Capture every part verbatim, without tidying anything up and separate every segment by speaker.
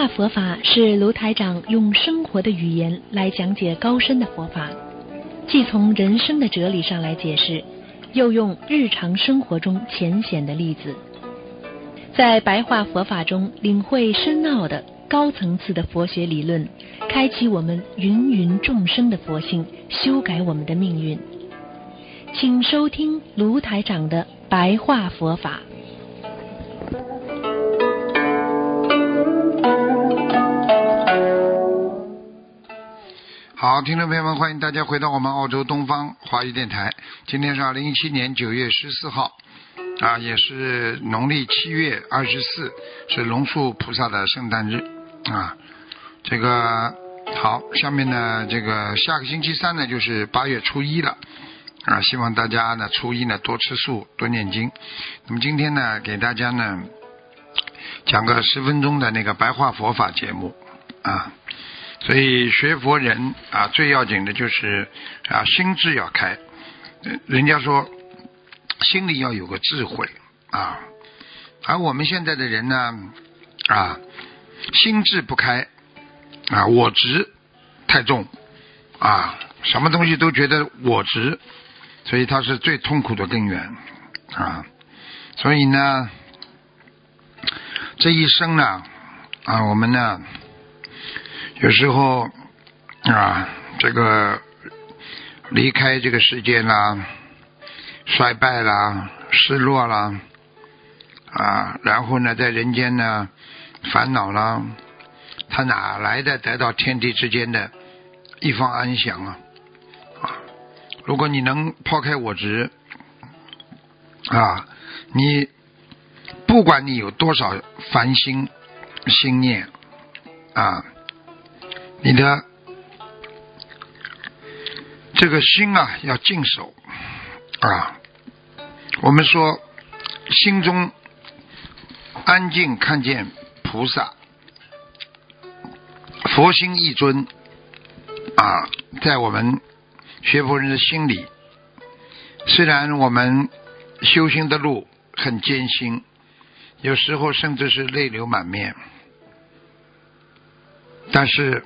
Speaker 1: 话佛法是卢台长用生活的语言来讲解高深的佛法，既从人生的哲理上来解释，又用日常生活中浅显的例子，在白话佛法中领会深奥的高层次的佛学理论，开启我们芸芸众生的佛性，修改我们的命运。请收听卢台长的白话佛法。
Speaker 2: 好，听众朋友们，欢迎大家回到我们澳洲东方华语电台。今天是二零一七年九月十四号，啊，也是农历七月二十四，是龙树菩萨的圣诞日啊。这个好，下面呢，这个下个星期三呢，就是八月初一了啊。希望大家呢，初一呢多吃素，多念经。那么今天呢，给大家呢讲个十分钟的那个白话佛法节目啊。所以学佛人啊，最要紧的就是啊，心智要开。人家说心里要有个智慧啊，而我们现在的人呢啊，心智不开啊，我执太重啊，什么东西都觉得我执，所以它是最痛苦的根源啊。所以呢，这一生呢啊，我们呢有时候啊，这个离开这个世界啦，衰败啦，失落啦，啊，然后呢，在人间呢烦恼啦，他哪来的得到天地之间的一方安详啊？啊，如果你能抛开我执啊，你不管你有多少烦心心念啊，你的这个心啊要静守啊。我们说心中安静，看见菩萨，佛心一尊啊，在我们学佛人的心里。虽然我们修行的路很艰辛，有时候甚至是泪流满面，但是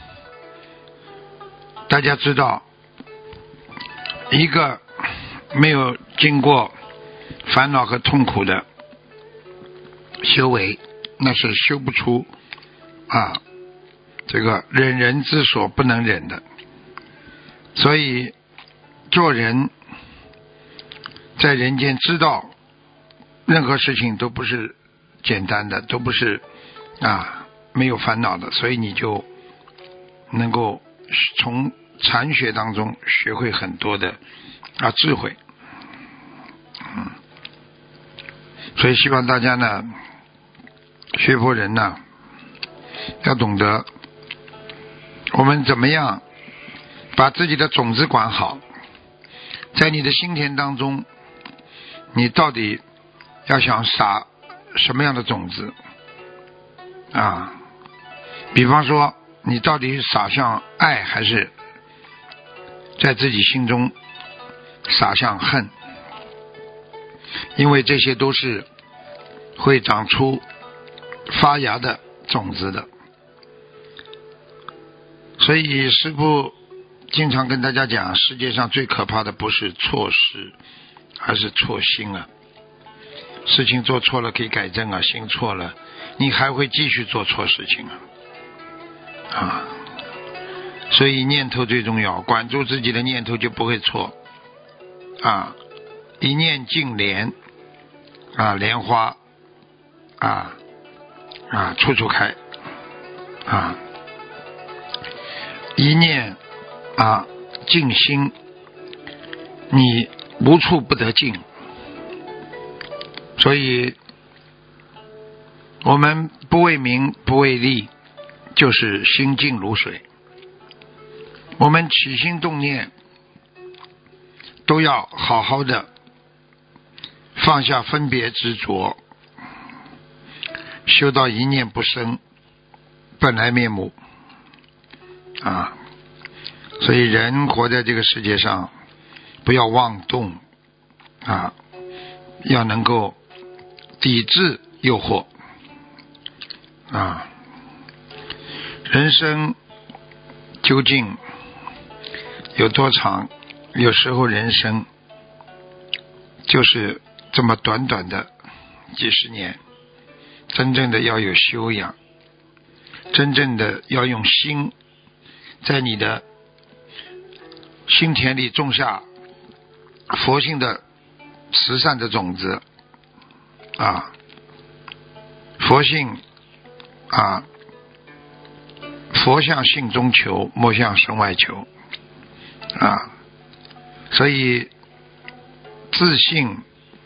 Speaker 2: 大家知道，一个没有经过烦恼和痛苦的修为，那是修不出啊这个忍人之所不能忍的。所以做人在人间，知道任何事情都不是简单的，都不是啊没有烦恼的，所以你就能够从禅学当中学会很多的啊智慧。嗯，所以希望大家呢，学佛人呢，要懂得我们怎么样把自己的种子管好。在你的心田当中，你到底要想撒什么样的种子啊？比方说，你到底是撒向爱，还是在自己心中撒向恨？因为这些都是会长出发芽的种子的。所以师父经常跟大家讲，世界上最可怕的不是错失，而是错心啊。事情做错了可以改正啊，心错了你还会继续做错事情啊啊！所以念头最重要，管住自己的念头就不会错啊。一念净莲啊，莲花啊啊处处开啊。一念啊净心，你无处不得净。所以我们不为名不为利，就是心静如水。我们起心动念都要好好的放下分别执着，修到一念不生，本来面目啊。所以人活在这个世界上，不要妄动啊，要能够抵制诱惑啊。 人生究竟有多长？有时候人生就是这么短短的几十年，真正的要有修养，真正的要用心在你的心田里种下佛性的慈善的种子啊，佛性啊，佛向性中求，莫向身外求啊，所以自信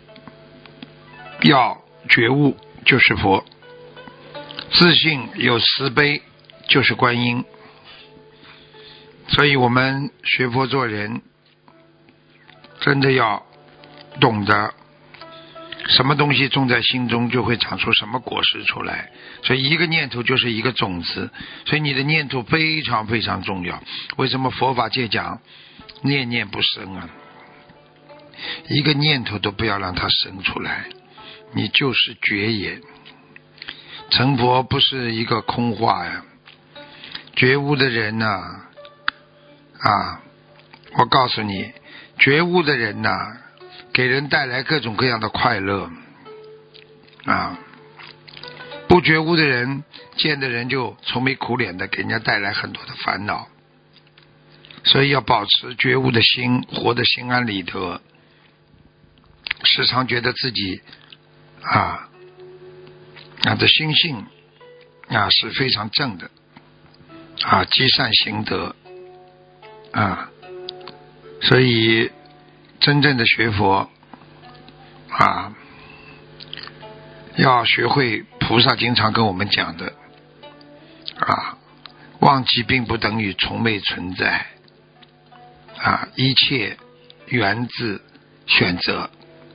Speaker 2: 要觉悟就是佛，自信有慈悲就是观音。所以我们学佛做人真的要懂得什么东西种在心中就会长出什么果实出来，所以一个念头就是一个种子，所以你的念头非常非常重要。为什么佛法界讲念念不生啊？一个念头都不要让它生出来，你就是觉也。成佛不是一个空话呀，觉悟的人呢、啊啊，我告诉你，觉悟的人呐、啊，给人带来各种各样的快乐啊。不觉悟的人，见的人就愁眉苦脸的，给人家带来很多的烦恼。所以要保持觉悟的心，活得心安理得，时常觉得自己啊啊的心性啊是非常正的啊，积善行德啊，所以真正的学佛啊，要学会菩萨经常跟我们讲的啊，忘记并不等于从未存在啊，一切源自选择，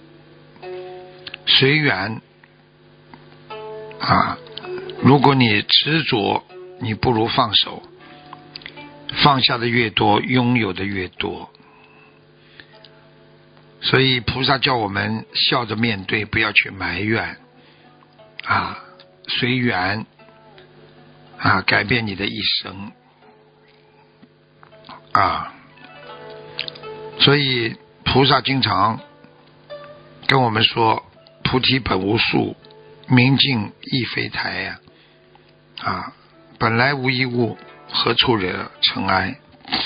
Speaker 2: 随缘啊。如果你执着，你不如放手，放下的越多，拥有的越多。所以菩萨叫我们笑着面对，不要去埋怨啊，随缘啊，改变你的一生啊。所以菩萨经常跟我们说，菩提本无树，明镜亦非台呀、啊，啊，本来无一物，何处惹尘埃。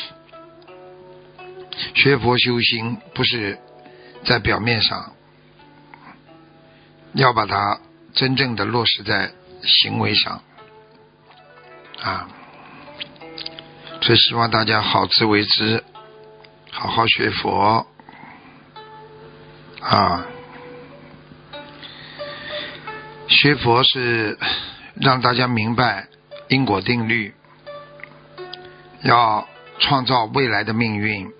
Speaker 2: 学佛修心不是在表面上，要把它真正的落实在行为上啊。所以希望大家好自为之，好好学佛啊。学佛是让大家明白因果定律，要创造未来的命运。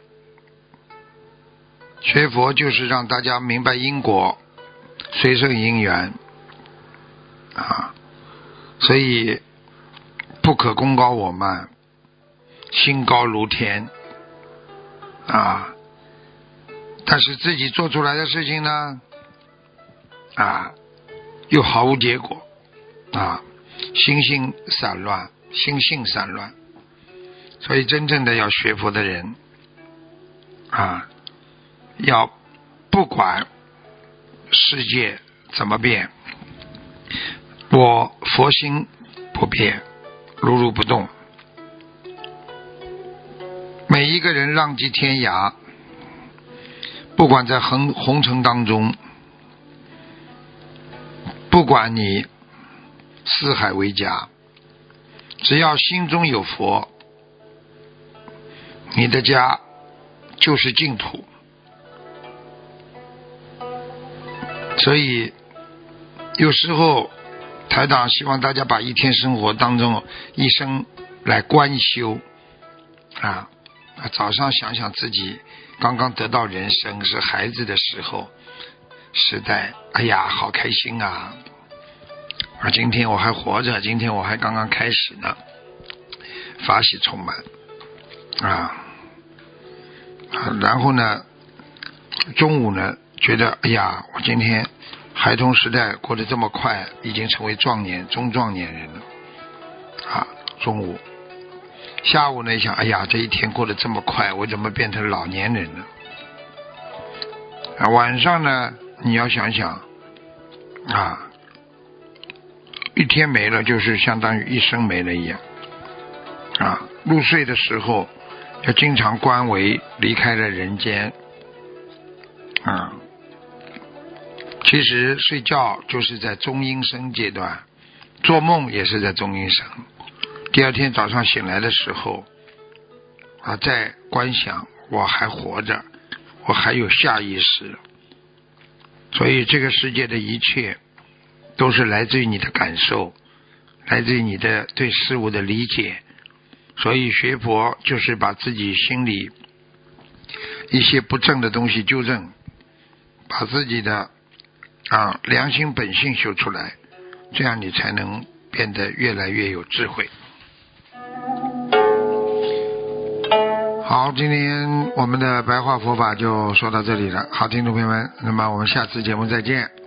Speaker 2: 学佛就是让大家明白因果，随顺因缘啊，所以不可功高我慢，心高如天啊，但是自己做出来的事情呢啊，又毫无结果啊，心性散乱，心性散乱。所以真正的要学佛的人啊，要不管世界怎么变，我佛心不变，如如不动。每一个人浪迹天涯，不管在红红尘当中，不管你四海为家，只要心中有佛，你的家就是净土。所以有时候台长希望大家把一天生活当中一生来观修啊，早上想想自己刚刚得到人生是孩子的时候时代，哎呀好开心啊，而今天我还活着，今天我还刚刚开始呢，法喜充满啊。然后呢中午呢觉得哎呀，我今天孩童时代过得这么快，已经成为壮年中壮年人了啊， 中午。下午呢想，哎呀，这一天过得这么快，我怎么变成老年人了？啊，晚上呢你要想想啊，一天没了就是相当于一生没了一样啊。入睡的时候要经常观为离开了人间啊。其实睡觉就是在中阴身阶段，做梦也是在中阴身。第二天早上醒来的时候啊，在观想我还活着，我还有下意识。所以这个世界的一切都是来自于你的感受，来自于你的对事物的理解。所以学佛就是把自己心里一些不正的东西纠正，把自己的啊良心本性修出来，这样你才能变得越来越有智慧。好，今天我们的白话佛法就说到这里了。好，听众朋友们，那么我们下次节目再见。